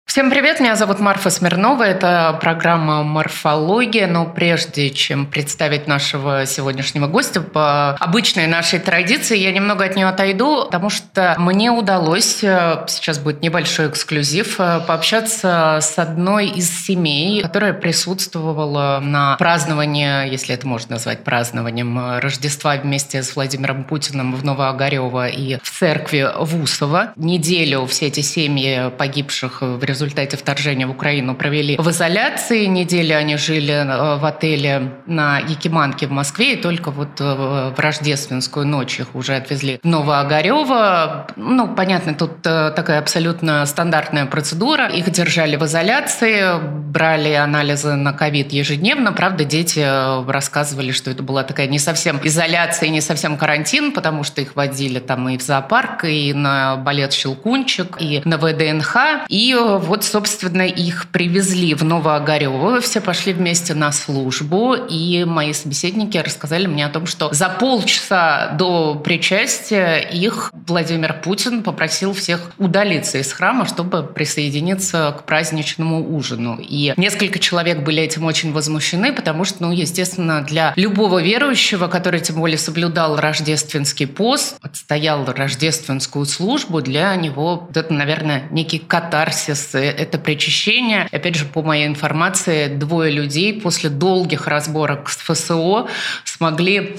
Всем привет, меня зовут Марфа Смирнова, это программа «Морфология», но прежде чем представить нашего сегодняшнего гостя, по обычной нашей традиции я немного от нее отойду, потому что мне удалось, сейчас будет небольшой эксклюзив, пообщаться с одной из семей, которая присутствовала на праздновании, если это можно назвать празднованием, Рождества вместе с Владимиром Путиным в Новоогарево и в церкви в Усово. Неделю все эти семьи погибших в результате вторжения в Украину провели в изоляции. Неделю они жили в отеле на Якиманке в Москве, и только вот в рождественскую ночь их уже отвезли в Новоогарево. Понятно, тут такая абсолютно стандартная процедура. Их держали в изоляции, брали анализы на ковид ежедневно. Правда, дети рассказывали, что это была такая не совсем изоляция, не совсем карантин, потому что их водили там и в зоопарк, и на балет «Щелкунчик», и на ВДНХ. И вот, собственно, их привезли в Новоогарево. Все пошли вместе на службу. И мои собеседники рассказали мне о том, что за полчаса до причастия их Владимир Путин попросил всех удалиться из храма, чтобы присоединиться к праздничному ужину. И несколько человек были этим очень возмущены, потому что, естественно, для любого верующего, который тем более соблюдал рождественский пост, отстоял рождественскую службу, для него это, наверное, некий катарсис, это причащение. Опять же, по моей информации, 2 людей после долгих разборок с ФСО смогли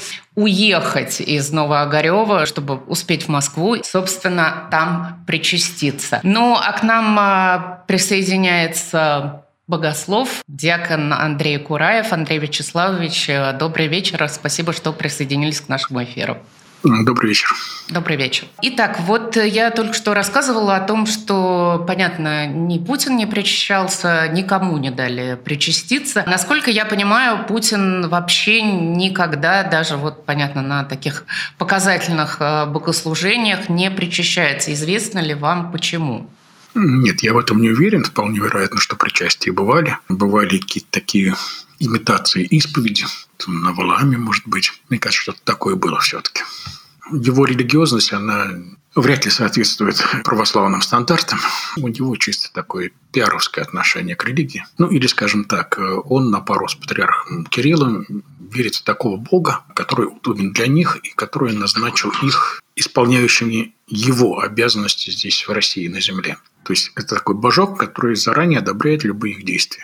уехать из Новоогарева, чтобы успеть в Москву, собственно, там причаститься. А к нам присоединяется богослов, диакон Андрей Кураев. Андрей Вячеславович, добрый вечер. Спасибо, что присоединились к нашему эфиру. Добрый вечер. Добрый вечер. Итак, вот я только что рассказывала о том, что, понятно, ни Путин не причащался, никому не дали причаститься. Насколько я понимаю, Путин вообще никогда, даже понятно, на таких показательных богослужениях не причащается. Известно ли вам, почему? Нет, я в этом не уверен. Вполне вероятно, что причастия бывали. Бывали какие-то такие имитации исповеди. На Валааме, может быть. Мне кажется, что-то такое было все-таки. Его религиозность, она вряд ли соответствует православным стандартам. У него чисто такое пиаровское отношение к религии. Или, скажем так, он на пару с патриархом Кириллом верит в такого Бога, который удобен для них и который назначил их исполняющими его обязанности здесь, в России, на земле. То есть это такой божок, который заранее одобряет любые их действия.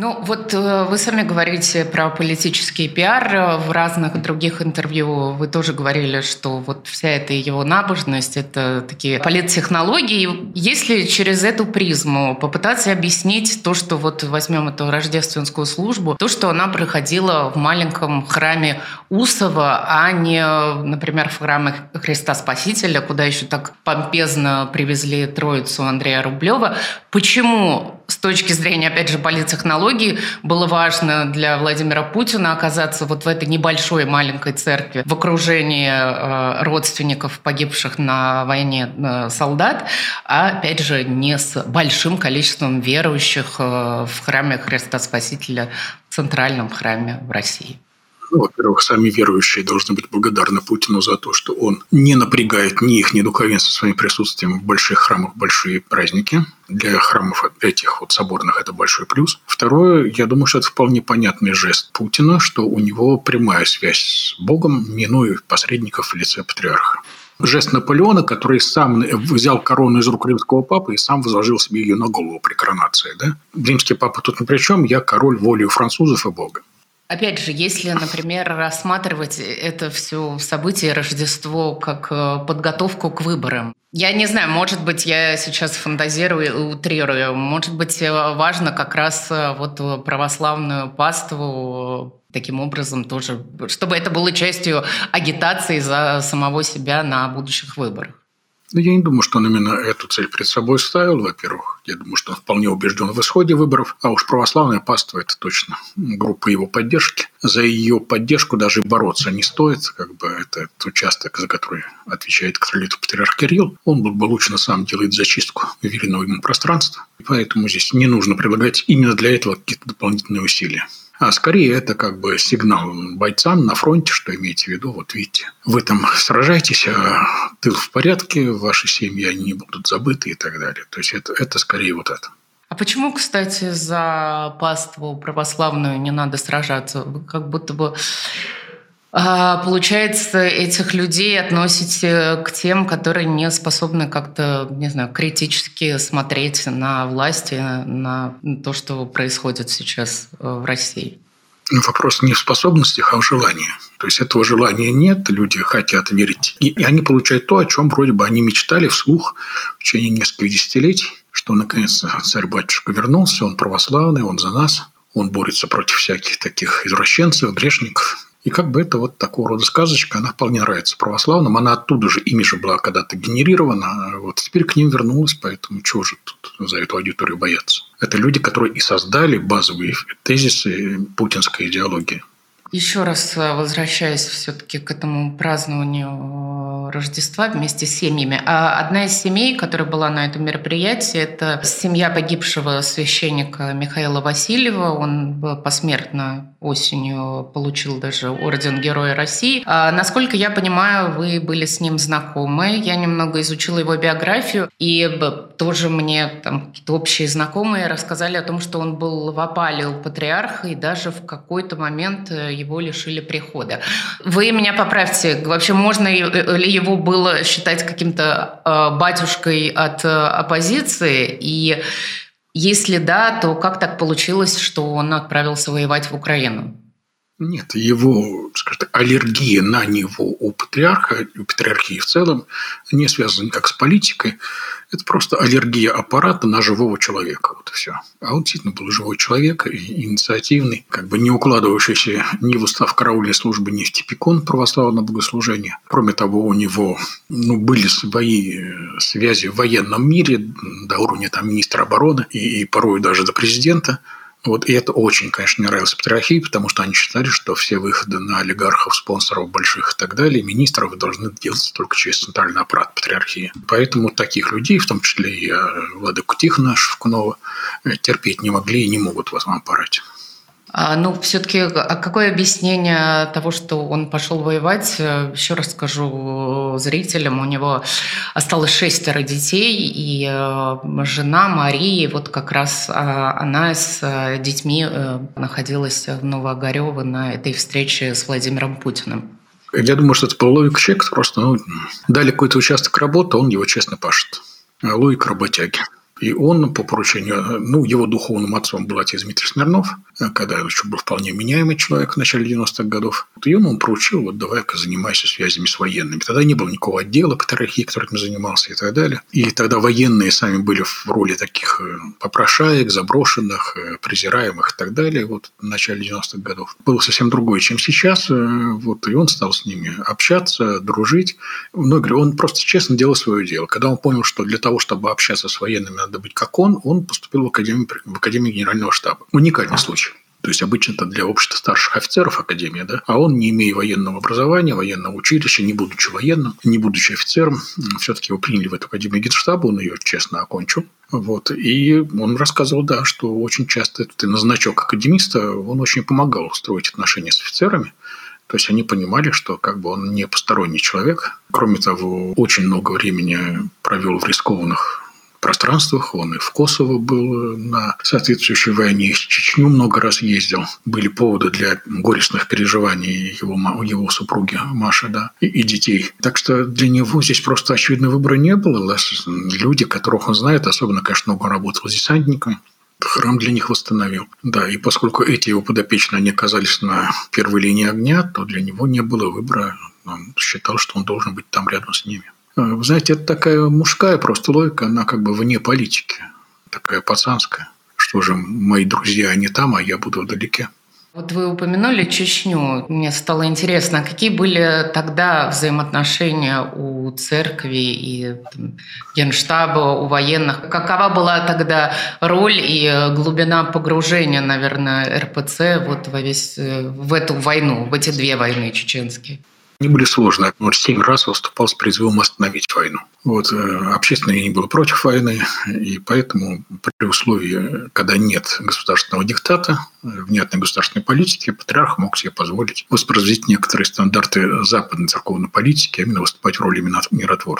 Вы сами говорите про политический пиар. В разных других интервью вы тоже говорили, что вся эта его набожность – это такие политтехнологии. Если через эту призму попытаться объяснить то, что возьмем эту рождественскую службу, то, что она проходила в маленьком храме Усово, а не, например, в храме Христа Спасителя, куда еще так помпезно привезли Троицу Андрея Рублева, почему с точки зрения, опять же, политтехнологий было важно для Владимира Путина оказаться в этой небольшой маленькой церкви в окружении родственников погибших на войне солдат, а, опять же, не с большим количеством верующих в храме Христа Спасителя, в центральном храме в России? Во-первых, сами верующие должны быть благодарны Путину за то, что он не напрягает ни их, ни духовенство своим присутствием в больших храмах, в большие праздники. Для храмов этих соборных это большой плюс. Второе, я думаю, что это вполне понятный жест Путина, что у него прямая связь с Богом, минуя посредников в лице патриарха. Жест Наполеона, который сам взял корону из рук римского папы и сам возложил себе ее на голову при коронации. Да? Римский папа тут ни при чем, я король волею французов и Бога. Опять же, если, например, рассматривать это все событие Рождество как подготовку к выборам. Я не знаю, может быть, я сейчас фантазирую и утрирую. Может быть, важно как раз православную паству таким образом тоже, чтобы это было частью агитации за самого себя на будущих выборах. Я не думаю, что он именно эту цель перед собой ставил, во-первых. Я думаю, что он вполне убежден в исходе выборов. А уж православная паства – это точно группа его поддержки. За ее поддержку даже бороться не стоит. Это участок, за который отвечает католик патриарх Кирилл. Он благополучно сам делает зачистку веренного ему пространства. Поэтому здесь не нужно прилагать именно для этого какие-то дополнительные усилия. А скорее это сигнал бойцам на фронте, что имеете в виду, видите, вы там сражаетесь, а тыл в порядке, ваши семьи они не будут забыты и так далее. То есть это скорее это. А почему, кстати, за паству православную не надо сражаться? Вы как будто бы, получается, этих людей относите к тем, которые не способны как-то, не знаю, критически смотреть на власти, на то, что происходит сейчас в России. Вопрос не в способностях, а в желании. То есть этого желания нет, люди хотят верить. И они получают то, о чем вроде бы они мечтали вслух в течение нескольких десятилетий, что наконец-то царь-батюшка вернулся, он православный, он за нас, он борется против всяких таких извращенцев, грешников. И как бы это вот такого рода сказочка, она вполне нравится православным. Она оттуда же, ими же была когда-то генерирована. Вот теперь к ним вернулась, поэтому чего же тут за эту аудиторию бояться? Это люди, которые и создали базовые тезисы путинской идеологии. Еще раз возвращаясь все-таки к этому празднованию Рождества вместе с семьями. Одна из семей, которая была на этом мероприятии, это семья погибшего священника Михаила Васильева. Он посмертно осенью получил даже орден Героя России. Насколько я понимаю, вы были с ним знакомы. Я немного изучила его биографию, и тоже мне там какие-то общие знакомые рассказали о том, что он был в опале у патриарха, и даже в какой-то момент его лишили прихода. Вы меня поправьте, вообще можно ли его было считать каким-то батюшкой от оппозиции? И если да, то как так получилось, что он отправился воевать в Украину? Нет, его, скажем так, аллергия на него у патриарха, у патриархии в целом, не связана никак с политикой. Это просто аллергия аппарата на живого человека. Вот и все. А он действительно был живой человек, инициативный, как бы не укладывающийся ни в устав караульной службы, ни в типикон православного богослужения. Кроме того, у него были свои связи в военном мире до уровня министра обороны и порой даже до президента. Вот, и это очень, конечно, не нравилось патриархии, потому что они считали, что все выходы на олигархов, спонсоров больших и так далее, министров должны делаться только через центральный аппарат патриархии. Поэтому таких людей, в том числе и владыку Тихона Шевкунова, терпеть не могли и не могут в этом аппарате. Все-таки какое объяснение того, что он пошел воевать? Еще раз скажу зрителям, у него осталось 6 детей, и жена Мария, вот как раз она с детьми находилась в Новоогарево на этой встрече с Владимиром Путиным. Я думаю, что это была логика человека, просто дали какой-то участок работы, он его честно пашет. Логика работяги. И он по поручению, его духовным отцом был отец Дмитрий Смирнов, когда еще был вполне меняемый человек в начале 90-х годов. И он поручил, давай-ка занимайся связями с военными. Тогда не было никакого отдела патриархии, который этим занимался и так далее. И тогда военные сами были в роли таких попрошаек, заброшенных, презираемых и так далее. Вот в начале 90-х годов. Было совсем другое, чем сейчас. И он стал с ними общаться, дружить. Он просто честно делал свое дело. Когда он понял, что для того, чтобы общаться с военными, надо быть как он поступил в Академию Генерального штаба. Уникальный случай. То есть обычно это для общества старших офицеров академия, да? А он, не имея военного образования, военного училища, не будучи военным, не будучи офицером, все-таки его приняли в эту Академию Генштаба, он ее честно окончил. И он рассказывал, что очень часто этот значок академиста, он очень помогал строить отношения с офицерами. То есть они понимали, что он не посторонний человек. Кроме того, очень много времени провел в рискованных пространствах. Он и в Косово был на соответствующей войне, в Чечню много раз ездил. Были поводы для горестных переживаний его супруги Маши, и детей. Так что для него здесь просто очевидно выбора не было. Люди, которых он знает, особенно, конечно, много работал с десантниками, храм для них восстановил. И поскольку эти его подопечные, они оказались на первой линии огня, то для него не было выбора. Он считал, что он должен быть там рядом с ними. Вы знаете, это такая мужская просто логика, она вне политики, такая пацанская. Что же, мои друзья, они там, а я буду вдалеке. Вот вы упомянули Чечню. Мне стало интересно, какие были тогда взаимоотношения у церкви и Генштаба, у военных? Какова была тогда роль и глубина погружения, наверное, РПЦ в эту войну, в эти 2 войны чеченские? Они были сложные. Он 7 раз выступал с призывом остановить войну. Общественное мнение было против войны, и поэтому при условии, когда нет государственного диктата, внятной государственной политики, патриарх мог себе позволить воспроизвести некоторые стандарты западной церковной политики, а именно выступать в роли миротворца.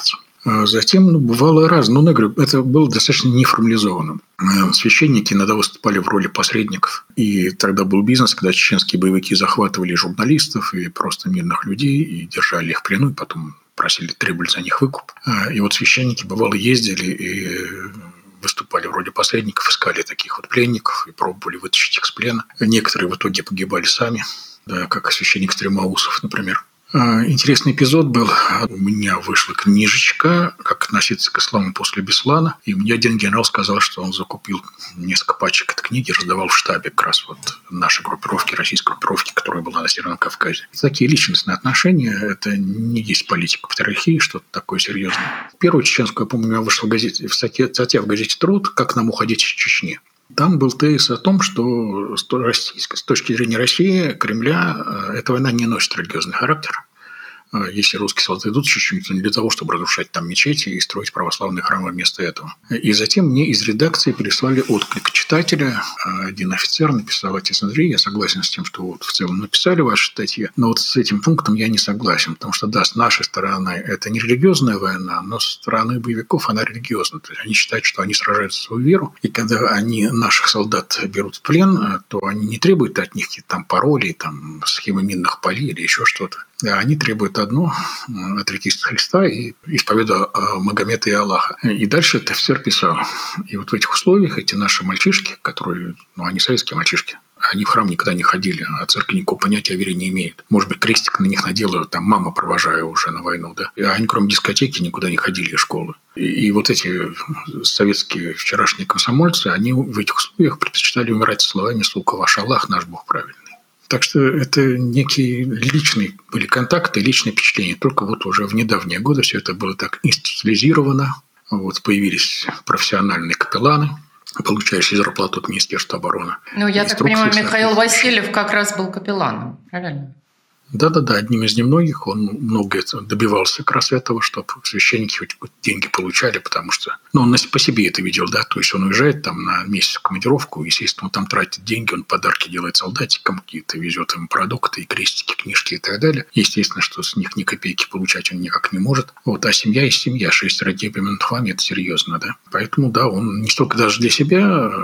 Затем бывало разное. Я говорю, это было достаточно неформализованным. Священники иногда выступали в роли посредников. И тогда был бизнес, когда чеченские боевики захватывали журналистов и просто мирных людей и держали их в плену, и потом требовали за них выкуп. И вот священники, бывало, ездили и выступали в роли посредников, искали таких вот пленников и пробовали вытащить их с плена. Некоторые в итоге погибали сами, да, как священник Стремоусов, например. Интересный эпизод был. У меня вышла книжечка «Как относиться к исламу после Беслана». И мне один генерал сказал, что он закупил несколько пачек этой книги, раздавал в штабе как раз вот нашей группировки, российской группировки, которая была на Северном Кавказе. Такие личностные отношения – это не есть политика патриархии, что-то такое серьезное. Первую чеченскую, я помню, у меня вышла в статья в газете «Труд», «Как нам уходить из Чечни». Там был тезис о том, что с точки зрения России, Кремля, эта война не носит религиозный характер. Если русские солдаты идут в Чечню, то не для того, чтобы разрушать там мечети и строить православные храмы вместо этого. И затем мне из редакции прислали отклик читателя. Один офицер написал: «Отец Андрей, я согласен с тем, что вот в целом написали ваши статьи, но вот с этим пунктом я не согласен, потому что, да, с нашей стороны это не религиозная война, но со стороны боевиков она религиозная. То есть они считают, что они сражаются за свою веру, и когда они наших солдат берут в плен, то они не требуют от них каких-то там паролей, там, схемы минных полей или еще что-то. Да, они требуют одно – отрекись от Христа и исповедуя Магомета и Аллаха». И дальше этот офицер писал. И вот в этих условиях эти наши мальчишки, которые, они советские мальчишки, они в храм никогда не ходили, а церковь никакого понятия о вере не имеет. Может быть, крестик на них надела, там мама провожая уже на войну, да. И они, кроме дискотеки, никуда не ходили из школы. И вот эти советские вчерашние комсомольцы, они в этих условиях предпочитали умирать словами «Сука, ваш Аллах, наш Бог правильный». Так что это некие личные были контакты, личные впечатления. Только вот уже в недавние годы все это было так институциализировано. Вот появились профессиональные капелланы, получающие зарплату от Министерства обороны. Я так понимаю, Михаил Васильев как раз был капелланом, правильно? Да, одним из немногих. Он много добивался как раз этого, чтобы священники хоть деньги получали, потому что он по себе это видел, да, то есть он уезжает там на месяц в командировку, естественно, он там тратит деньги, он подарки делает солдатикам, какие-то везет им продукты, крестики, книжки и так далее. Естественно, что с них ни копейки получать он никак не может. А семья есть семья, 6 родей помянутых вами – это серьезно, да. Поэтому, да, он не столько даже для себя,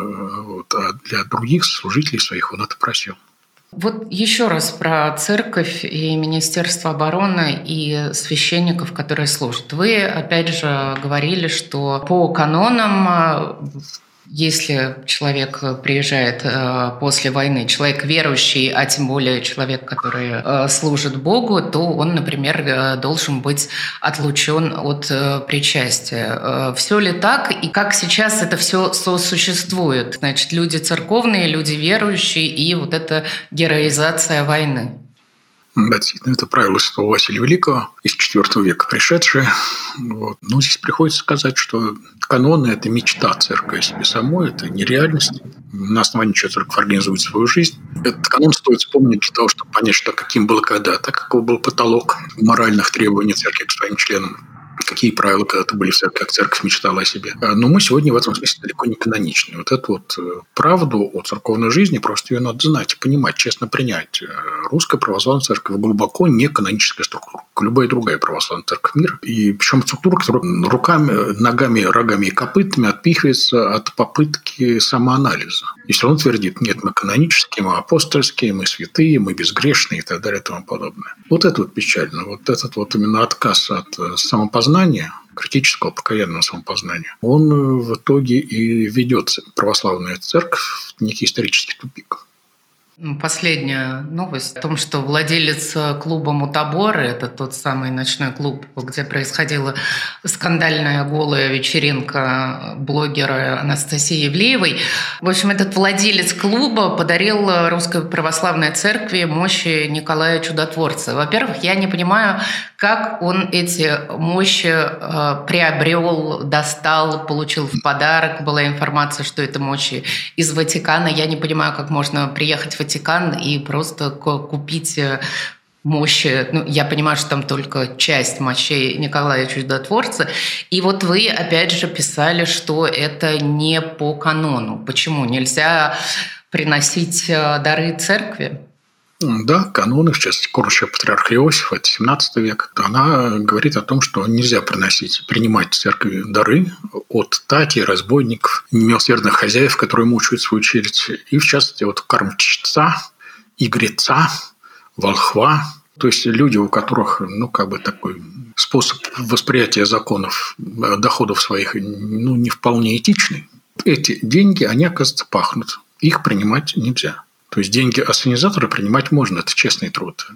а для других служителей своих он это просил. Вот еще раз про церковь и Министерство обороны и священников, которые служат. Вы, опять же, говорили, что по канонам, если человек приезжает после войны, человек верующий, а тем более человек, который служит Богу, то он, например, должен быть отлучен от причастия. Все ли так? И как сейчас это все сосуществует? Значит, люди церковные, люди верующие и вот эта героизация войны. Да, действительно, это правило святого Василия Великого, из IV века пришедшее. Но здесь приходится сказать, что каноны – это мечта церкви о себе самой, это нереальность. На основании чего церковь организует свою жизнь. Этот канон стоит вспомнить для того, чтобы понять, что каким был когда-то, каков был потолок моральных требований церкви к своим членам. Какие правила когда-то были в церкви, как церковь мечтала о себе. Но мы сегодня в этом смысле далеко не каноничны. Вот эту правду о церковной жизни, просто ее надо знать и понимать, честно принять. Русская православная церковь глубоко не каноническая структура, как любая другая православная церковь мира. И причем структура, которая руками, ногами, рогами и копытами отпихивается от попытки самоанализа. Если он твердит: нет, мы канонические, мы апостольские, мы святые, мы безгрешные и так далее и тому подобное. Вот это печально. Вот этот именно отказ от самопознания, критического покаянного самопознания, он в итоге и ведет православную церковь в некий исторический тупик. Последняя новость о том, что владелец клуба «Мутабор», это тот самый ночной клуб, где происходила скандальная голая вечеринка блогера Анастасии Ивлеевой. В общем, этот владелец клуба подарил Русской Православной Церкви мощи Николая Чудотворца. Во-первых, я не понимаю, как он эти мощи приобрел, достал, получил в подарок. Была информация, что это мощи из Ватикана. Я не понимаю, как можно приехать в Ватикан и просто купить мощи. Я понимаю, что там только часть мощей Николая Чудотворца. И вот вы, опять же, писали, что это не по канону. Почему? Нельзя приносить дары церкви? Да, каноны, сейчас кормящая патриарха Иосифа, это 17 век, она говорит о том, что нельзя принимать в церкви дары от тати, разбойников, немилосердных хозяев, которые мучают свою челядь, и в частности от кормчеца, игреца, волхва, то есть люди, у которых, такой способ восприятия законов, доходов своих, не вполне этичный. Эти деньги, они, оказывается, пахнут. Их принимать нельзя. То есть деньги ассенизатора принимать можно, это честный труд.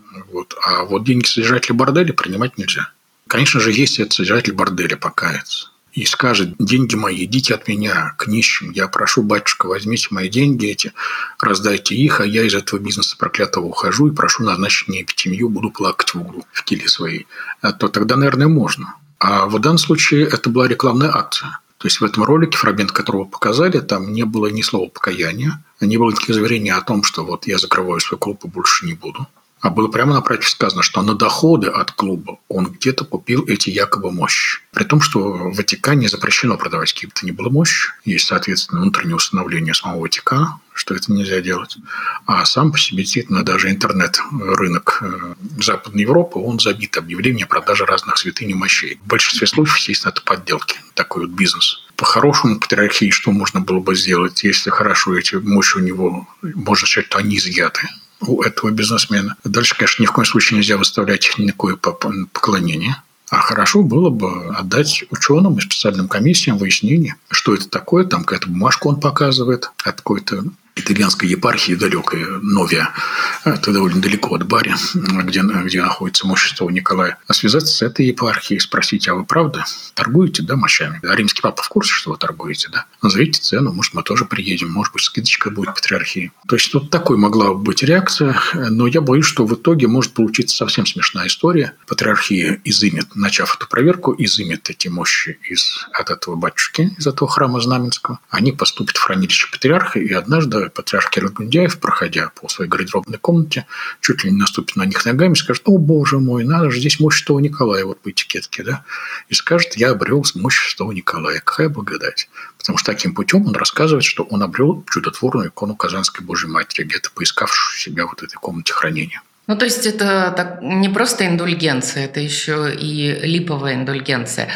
А вот деньги содержателя борделя принимать нельзя. Конечно же, если этот содержатель борделя покается и скажет: деньги мои, идите от меня к нищим, я прошу, батюшка, возьмите мои деньги эти, раздайте их, а я из этого бизнеса проклятого ухожу и прошу назначить мне эпитемию, буду плакать в углу в келье своей, то тогда, наверное, можно. А в данном случае это была рекламная акция. То есть в этом ролике, фрагмент которого показали, там не было ни слова покаяния, не было никаких заверений о том, что вот я закрываю свой клуб и больше не буду. А было прямо напротив сказано, что на доходы от клуба он где-то купил эти якобы мощи. При том, что в Ватикане запрещено продавать какие бы то ни было мощи. Есть, соответственно, внутреннее установление самого Ватикана, что это нельзя делать. А сам по себе, действительно, даже интернет-рынок Западной Европы, он забит объявлениями о продаже разных святынь и мощей. В большинстве случаев, естественно, это подделки. Такой вот бизнес. По-хорошему, патриархии что можно было бы сделать, если хорошо эти мощи у него, можно считать, что они изъяты у этого бизнесмена. Дальше, конечно, ни в коем случае нельзя выставлять никакое поклонение. А хорошо было бы отдать ученым и специальным комиссиям выяснение, что это такое. Там какая-то бумажка он показывает от какой-то итальянской епархии далекой, Новия. Это довольно далеко от Бари, где находится мощь Святого Николая. А связаться с этой епархией и спросить: а вы правда торгуете, да, мощами? А римский папа в курсе, что вы торгуете, да? Назовите цену, может, мы тоже приедем, может быть, скидочка будет патриархии. То есть тут такой могла быть реакция, но я боюсь, что в итоге может получиться совсем смешная история. Патриархия изымет, начав эту проверку, изымет эти мощи от этого батюшки, из этого храма Знаменского. Они поступят в хранилище патриарха, и однажды патриарх Кирилл Гундяев, проходя по своей гардеробной комнате, чуть ли не наступит на них ногами и скажет: о, боже мой, надо же, здесь мощь Святого Николая вот по этикетке, да? И скажет: я обрел мощь Святого Николая. Какая благодать. Потому что таким путем он рассказывает, что он обрел чудотворную икону Казанской Божьей Матери, где-то поискавшую себя вот в этой комнате хранения. То есть это не просто индульгенция, это еще и липовая индульгенция.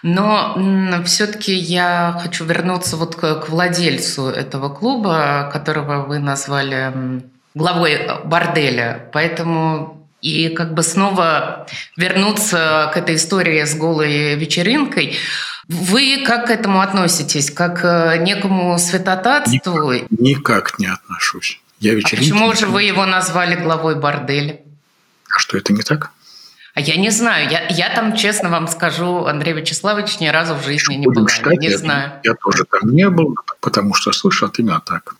Но все-таки я хочу вернуться вот к владельцу этого клуба, которого вы назвали главой борделя. Поэтому и снова вернуться к этой истории с голой вечеринкой. Вы как к этому относитесь? Как к некому святотатству? Никак не отношусь. Почему же вы его назвали главой борделя? А что, это не так? А я не знаю. Я там, честно вам скажу, Андрей Вячеславович, ни разу в жизни не была. Не знаю. Я тоже там не был, потому что слышал именно так.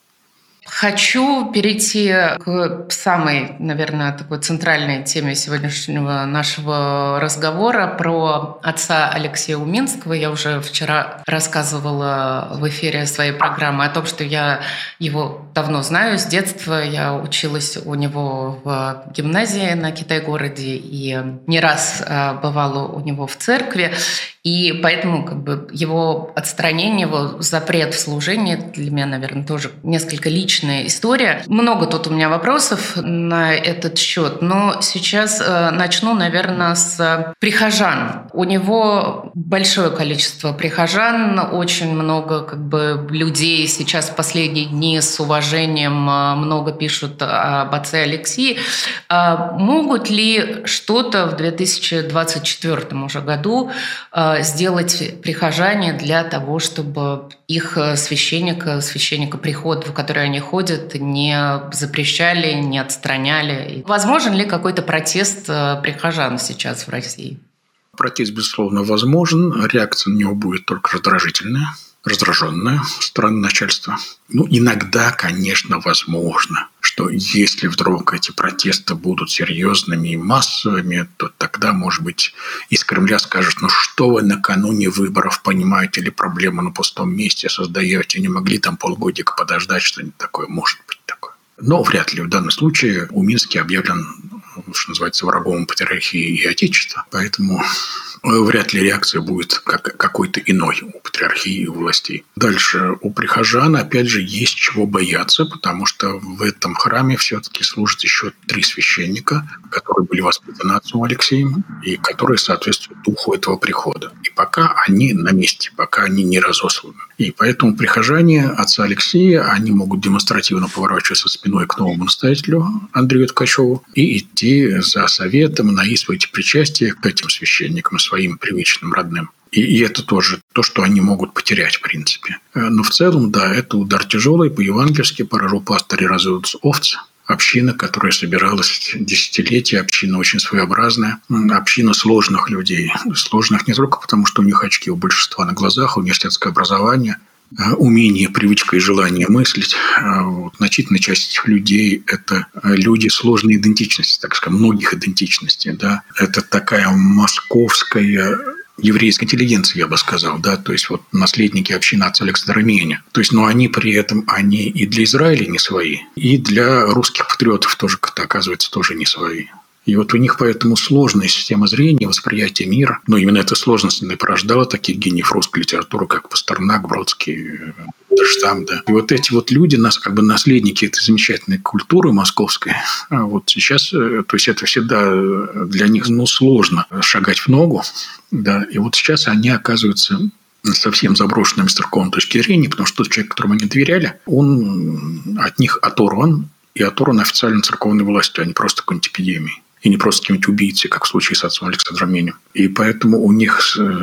Хочу перейти к самой, наверное, такой центральной теме сегодняшнего нашего разговора про отца Алексея Уминского. Я уже вчера рассказывала в эфире своей программы о том, что я его давно знаю с детства. Я училась у него в гимназии на Китай-городе и не раз бывала у него в церкви. И поэтому его отстранение, его запрет в служении для меня, наверное, тоже несколько личная история. Много тут у меня вопросов на этот счет, но сейчас начну, наверное, с прихожан. У него большое количество прихожан, очень много людей сейчас в последние дни с уважением много пишут об отце Алексее. Могут ли что-то в 2024 уже году сделать прихожане для того, чтобы их священника прихода, в который они ходят, не запрещали, не отстраняли? Возможен ли какой-то протест прихожан сейчас в России? Протест, безусловно, возможен. Реакция на него будет только раздражительная, раздраженная со стороны начальства. Иногда, конечно, возможно, что если вдруг эти протесты будут серьезными и массовыми, то тогда, может быть, из Кремля скажут: что вы накануне выборов, понимаете ли, проблему на пустом месте создаете, не могли там полгодика подождать, что-нибудь такое, может быть такое. Но вряд ли в данном случае Уминский объявлен, что называется, врагом патриархии и Отечества. Поэтому вряд ли реакция будет какой-то иной у патриархии и у властей. Дальше у прихожан, опять же, есть чего бояться, потому что в этом храме все-таки служат еще 3 священника, которые были воспитаны отцом Алексеем и которые соответствуют духу этого прихода. И пока они на месте, пока они не разосланы. И поэтому прихожане отца Алексея, они могут демонстративно поворачиваться спиной к новому настоятелю Андрею Ткачеву и идти за советом на исповедь причастия к этим священникам, своим привычным, родным. И это тоже то, что они могут потерять, в принципе. Но в целом, да, это удар тяжелый. По-евангельски «Поражу пастыря разведутся овцы». Община, которая собиралась десятилетия, община очень своеобразная, община сложных людей. Сложных не только потому, что у них очки у большинства на глазах, университетское образование, умение, привычка и желание мыслить. Значительная часть этих людей – это люди сложной идентичности, так скажем, многих идентичностей. Да? Это такая московская еврейской интеллигенции, я бы сказал, да, то есть вот наследники общины отца Александра Меня. То есть, но они при этом, они и для Израиля не свои, и для русских патриотов тоже, как-то оказывается, тоже не свои. И вот у них поэтому сложная система зрения, восприятия мира. Но именно эта сложность и порождала таких гениев русской литературы, как Пастернак, Бродский, Штам, да. И вот эти вот люди, как бы наследники этой замечательной культуры московской, вот сейчас, то есть это всегда для них сложно шагать в ногу, да, и вот сейчас они оказываются совсем заброшенными с церковной точки зрения, потому что тот человек, которому они доверяли, он от них оторван, и оторван официально церковной властью, а не просто какой-нибудь эпидемией. И не просто каким-нибудь убийцей, как в случае с отцом Александром Менем. И поэтому у них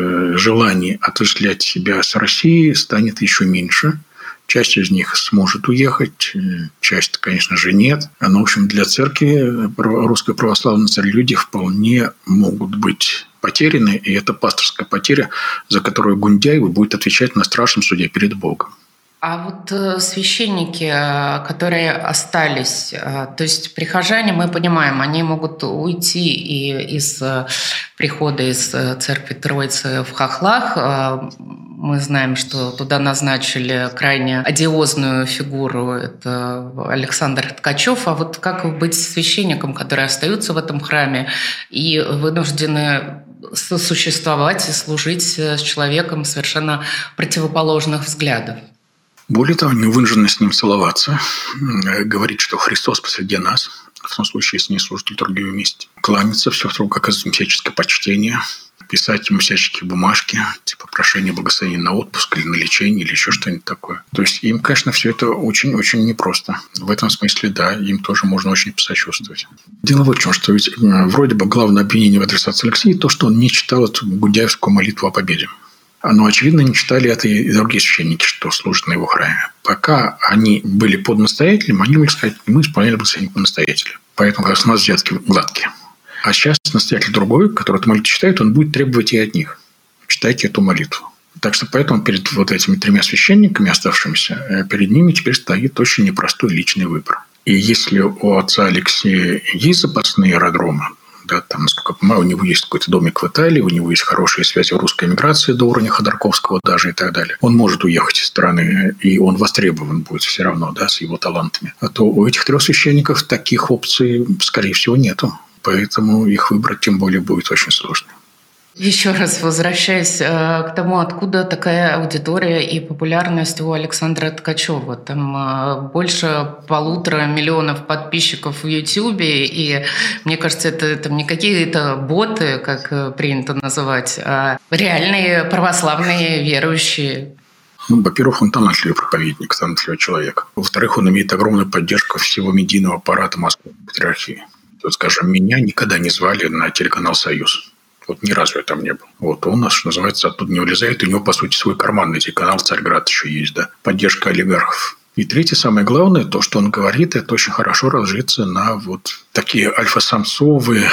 желание отождествлять себя с Россией станет еще меньше. Часть из них сможет уехать, часть, конечно же, нет. Но, в общем, для церкви, русской православной церкви, люди вполне могут быть потеряны. И это пасторская потеря, за которую Гундяева будет отвечать на страшном суде перед Богом. А вот священники, которые остались, то есть прихожане, мы понимаем, они могут уйти и из прихода из церкви Троицы в Хохлах. Мы знаем, что туда назначили крайне одиозную фигуру, это Александр Ткачев. А вот как быть священником, которые остаются в этом храме и вынуждены сосуществовать и служить с человеком совершенно противоположных взглядов? Более того, они вынуждены с ним целоваться, говорить, что Христос посреди нас, в том случае, если не служат литургию вместе, кланяться, все вдруг оказывать ему всяческое почтение, писать ему всяческие бумажки, типа прошение благословения на отпуск или на лечение, или еще что-нибудь такое. То есть им, конечно, все это очень-очень непросто. В этом смысле, да, им тоже можно очень посочувствовать. Дело в том, что ведь вроде бы главное обвинение в адрес отца Алексея то, что он не читал эту гундяевскую молитву о победе. Но, очевидно, не читали это и другие священники, что служат на его храме. Пока они были под настоятелем, они могли сказать, мы исполняли благословение по настоятелю. Поэтому как раз у нас взятки гладкие. А сейчас настоятель другой, который эту молитву читает, он будет требовать и от них. Читайте эту молитву. Так что поэтому перед вот этими 3 священниками, оставшимися, перед ними теперь стоит очень непростой личный выбор. И если у отца Алексея есть запасные аэродромы, да, там, насколько я понимаю, у него есть какой-то домик в Италии, у него есть хорошие связи в русской эмиграции до уровня Ходорковского даже и так далее. Он может уехать из страны, и он востребован будет все равно, да, с его талантами. А то у этих 3 священников таких опций, скорее всего, нету. Поэтому их выбрать тем более будет очень сложно. Еще раз возвращаясь к тому, откуда такая аудитория и популярность у Александра Ткачева. Там больше 1,5 миллиона подписчиков в Ютьюбе, и мне кажется, это не какие-то боты, как принято называть, а реальные православные верующие. Во-первых, он талантливый проповедник, талантливый человек. Во-вторых, он имеет огромную поддержку всего медийного аппарата Московской патриархии. Вот, скажем, меня никогда не звали на телеканал «Союз». Вот ни разу я там не был. Вот он, что называется, оттуда не вылезает. У него, по сути, свой карманный телеканал «Царьград» еще есть, да. Поддержка олигархов. И третье, самое главное, то, что он говорит, это очень хорошо ложится на вот такие альфа-самцовые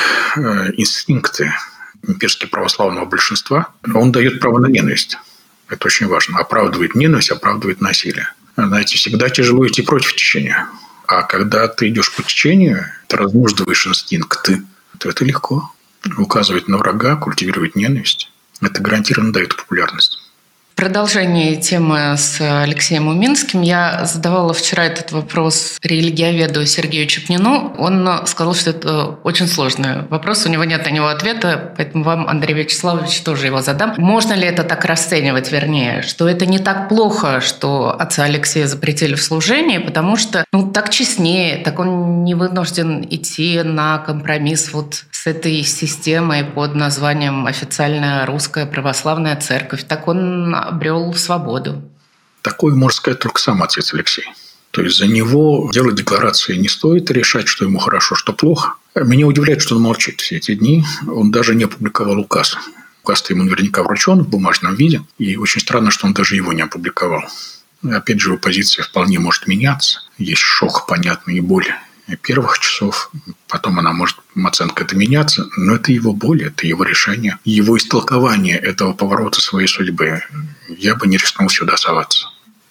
инстинкты имперски православного большинства. Он дает право на ненависть. Это очень важно. Оправдывает ненависть, оправдывает насилие. Знаете, всегда тяжело идти против течения. А когда ты идешь по течению, ты разнуждываешь инстинкты, то это легко. Указывать на врага, культивировать ненависть. Это гарантированно дает популярность. продолжении темы с Алексеем Уминским я задавала вчера этот вопрос религиоведу Сергею Чепнину. Он сказал, что это очень сложный вопрос, у него нет на него ответа, поэтому вам, Андрей Вячеславович, тоже его задам. Можно ли это так расценивать, вернее, что это не так плохо, что отца Алексея запретили в служении, потому что так честнее, так он не вынужден идти на компромисс вот с этой системой под названием «Официальная русская православная церковь». Так он обрел свободу. Такое может сказать только сам отец Алексей. То есть за него делать декларации не стоит, решать, что ему хорошо, что плохо. Меня удивляет, что он молчит все эти дни. Он даже не опубликовал указ. Указ-то ему наверняка вручен в бумажном виде. И очень странно, что он даже его не опубликовал. Опять же, его позиция вполне может меняться. Есть шок, понятный, и боль первых часов. Потом она может, оценка это меняться. Но это его боль, это его решение. Его истолкование этого поворота своей судьбы. Я бы не рискнул сюда соваться.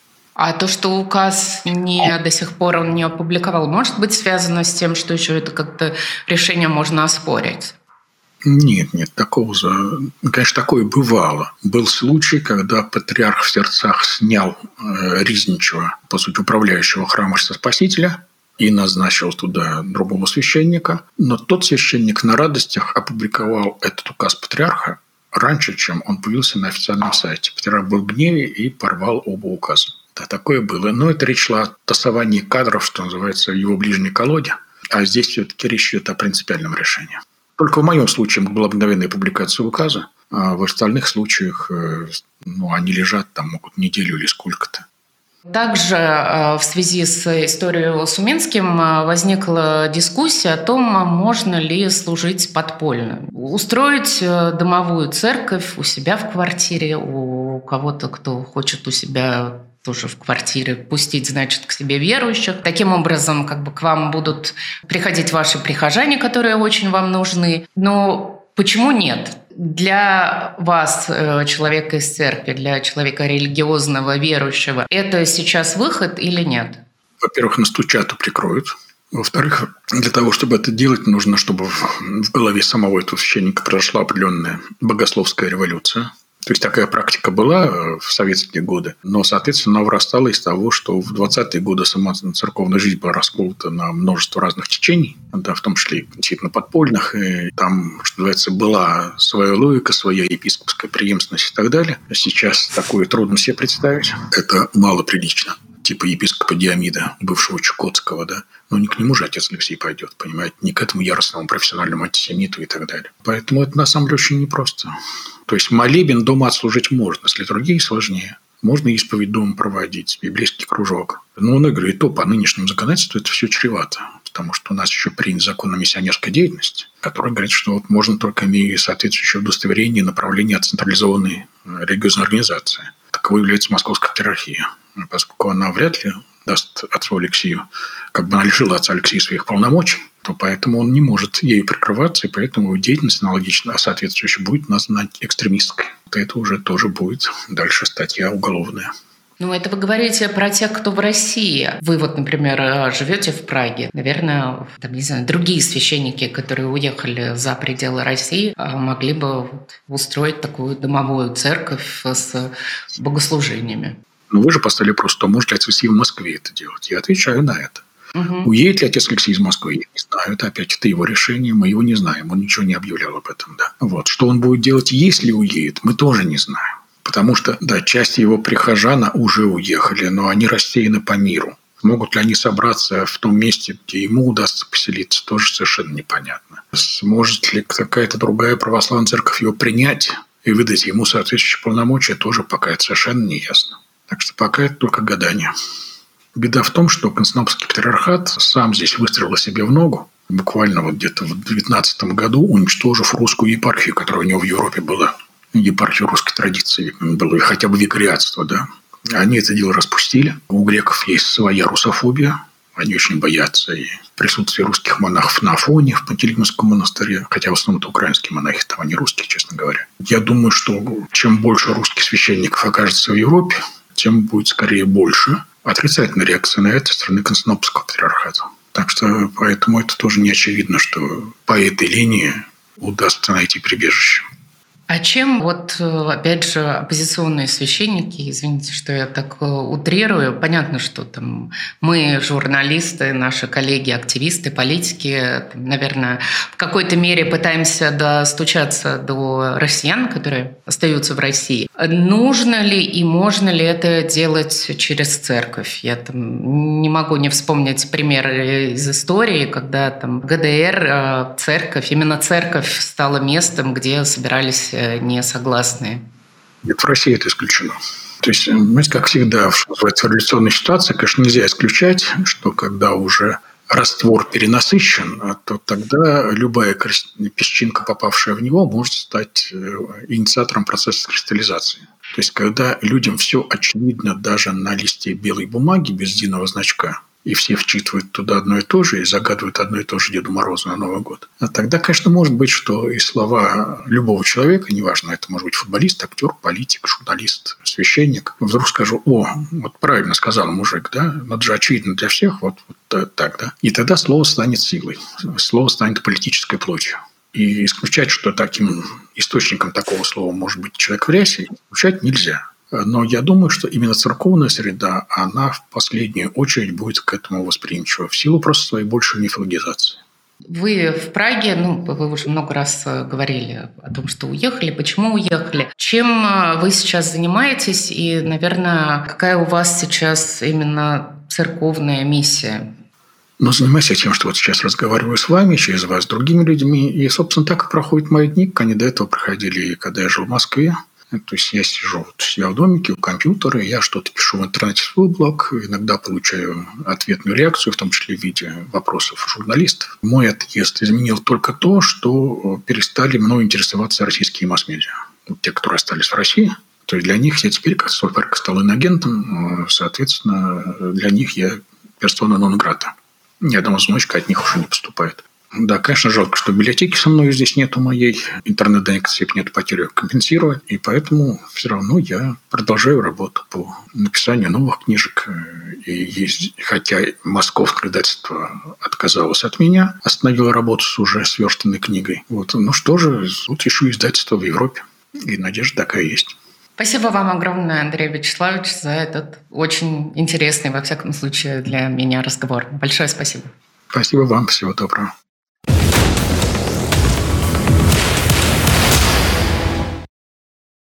А то, что указ до сих пор он не опубликовал, может быть связано с тем, что еще это как-то решение можно оспорить? Нет, такого. Конечно, такое бывало. Был случай, когда патриарх в сердцах снял Ризничева, по сути, управляющего храма Спасителя, и назначил туда другого священника. Но тот священник на радостях опубликовал этот указ патриарха раньше, чем он появился на официальном сайте. Патриарх был в гневе и порвал оба указа. Да, такое было. Но это речь шла о тасовании кадров, что называется, в его ближней колоде. А здесь все-таки речь идет о принципиальном решении. Только в моем случае была мгновенная публикация указа, а в остальных случаях они лежат там, могут неделю или сколько-то. Также в связи с историей с Уминским возникла дискуссия о том, можно ли служить подпольно. Устроить домовую церковь у себя в квартире, у кого-то, кто хочет у себя тоже в квартире пустить, значит, к себе верующих. Таким образом, к вам будут приходить ваши прихожане, которые очень вам нужны. Но почему нет? Для вас, человека из церкви, для человека религиозного, верующего, это сейчас выход или нет? Во-первых, настучат и прикроют. Во-вторых, для того, чтобы это делать, нужно, чтобы в голове самого этого священника произошла определенная богословская революция. То есть такая практика была в советские годы, но, соответственно, она вырастала из того, что в 20-е годы сама церковная жизнь была расколота на множество разных течений, да, в том числе и действительно подпольных, и там, что называется, была своя логика, своя епископская преемственность и так далее. Сейчас такое трудно себе представить. Это малоприлично. Типа епископа Диомида, бывшего Чукотского, да, но не к нему же отец Алексей пойдет, понимаете, не к этому яростному профессиональному антисемиту и так далее. Поэтому это на самом деле очень непросто. То есть молебен дома отслужить можно, с литургией сложнее. Можно исповедь дома проводить, библейский кружок. Но, я говорю, и то по нынешнему законодательству это все чревато. Потому что у нас еще принят закон о миссионерской деятельности, который говорит, что можно только имея соответствующее удостоверение направления от централизованной религиозной организации. Таковой является Московская патриархия. Поскольку она вряд ли даст отцу Алексею, она лишила отца Алексея своих полномочий, то поэтому он не может ею прикрываться, и поэтому его деятельность аналогично, соответствующая будет названа экстремистской. Это уже тоже будет дальше статья уголовная. Это вы говорите про тех, кто в России. Вы например, живете в Праге. Наверное, другие священники, которые уехали за пределы России, могли бы устроить такую домовую церковь с богослужениями. Но вы же поставили вопрос, что может ли отец Алексей в Москве это делать. Я отвечаю на это. Уедет ли отец Алексей из Москвы? Я не знаю. Это опять его решение. Мы его не знаем. Он ничего не объявлял об этом. Да. Что он будет делать, если уедет, мы тоже не знаем. Потому что, часть его прихожан уже уехали, но они рассеяны по миру. Могут ли они собраться в том месте, где ему удастся поселиться, тоже совершенно непонятно. Сможет ли какая-то другая православная церковь его принять и выдать ему соответствующие полномочия, тоже пока это совершенно не ясно. Так что пока это только гадание. Беда в том, что Константинопольский патриархат сам здесь выстрелил себе в ногу. Буквально где-то в 19 году, уничтожив русскую епархию, которая у него в Европе была. Епархию русской традиции было, и хотя бы викариатство, да. Они это дело распустили. У греков есть своя русофобия. Они очень боятся и присутствия русских монахов на Афоне, в Пантелеймонском монастыре, хотя в основном это украинские монахи, там они русские, честно говоря. Я думаю, что чем больше русских священников окажется в Европе, тем будет скорее больше отрицательной реакции на это со стороны Константинопольского патриархата. Так что поэтому это тоже не очевидно, что по этой линии удастся найти прибежище. А чем, опять же, оппозиционные священники, извините, что я так утрирую, понятно, что там мы, журналисты, наши коллеги, активисты, политики, наверное, в какой-то мере пытаемся достучаться до россиян, которые остаются в России. Нужно ли и можно ли это делать через церковь? Я там не могу не вспомнить примеры из истории, когда там ГДР, церковь, именно церковь стала местом, где собирались несогласные. Нет, в России это исключено. То есть, как всегда, в революционной ситуации, конечно, нельзя исключать, что когда уже раствор перенасыщен, то тогда любая песчинка, попавшая в него, может стать инициатором процесса кристаллизации. То есть, когда людям все очевидно даже на листе белой бумаги без единого значка, и все вчитывают туда одно и то же и загадывают одно и то же Деду Морозу на Новый год. А тогда, конечно, может быть, что и слова любого человека, неважно, это может быть футболист, актер, политик, журналист, священник, вдруг скажу: вот правильно сказал мужик, да, это же очевидно для всех, вот так, да. И тогда слово станет силой, слово станет политической плотью. И исключать, что таким источником такого слова может быть человек в рясе, исключать нельзя. Но я думаю, что именно церковная среда, она в последнюю очередь будет к этому восприимчива в силу просто своей большей мифологизации. Вы в Праге, вы уже много раз говорили о том, что уехали, почему уехали. Чем вы сейчас занимаетесь и, наверное, какая у вас сейчас именно церковная миссия? Занимаюсь я тем, что сейчас разговариваю с вами, через вас с другими людьми. И, собственно, так и проходят мои дни. Они до этого проходили, когда я жил в Москве. То есть я сижу у себя в домике, у компьютера, я что-то пишу в интернете в свой блог, иногда получаю ответную реакцию, в том числе в виде вопросов журналистов. Мой отъезд изменил только то, что перестали мной интересоваться российские масс-медиа. Те, которые остались в России, то есть для них я теперь, как только стал инагентом, соответственно, для них я персона нон-грата. Ни одного звоночка от них уже не поступает. Да, конечно, жалко, что библиотеки со мной здесь нету моей. Интернет до некоторой степени эту потерю компенсировать. И поэтому все равно я продолжаю работу по написанию новых книжек. И хотя московское издательство отказалось от меня, остановило работу с уже сверстанной книгой. Что же, ищу издательство в Европе. И надежда такая есть. Спасибо вам огромное, Андрей Вячеславович, за этот очень интересный, во всяком случае, для меня разговор. Большое спасибо. Спасибо вам. Всего доброго.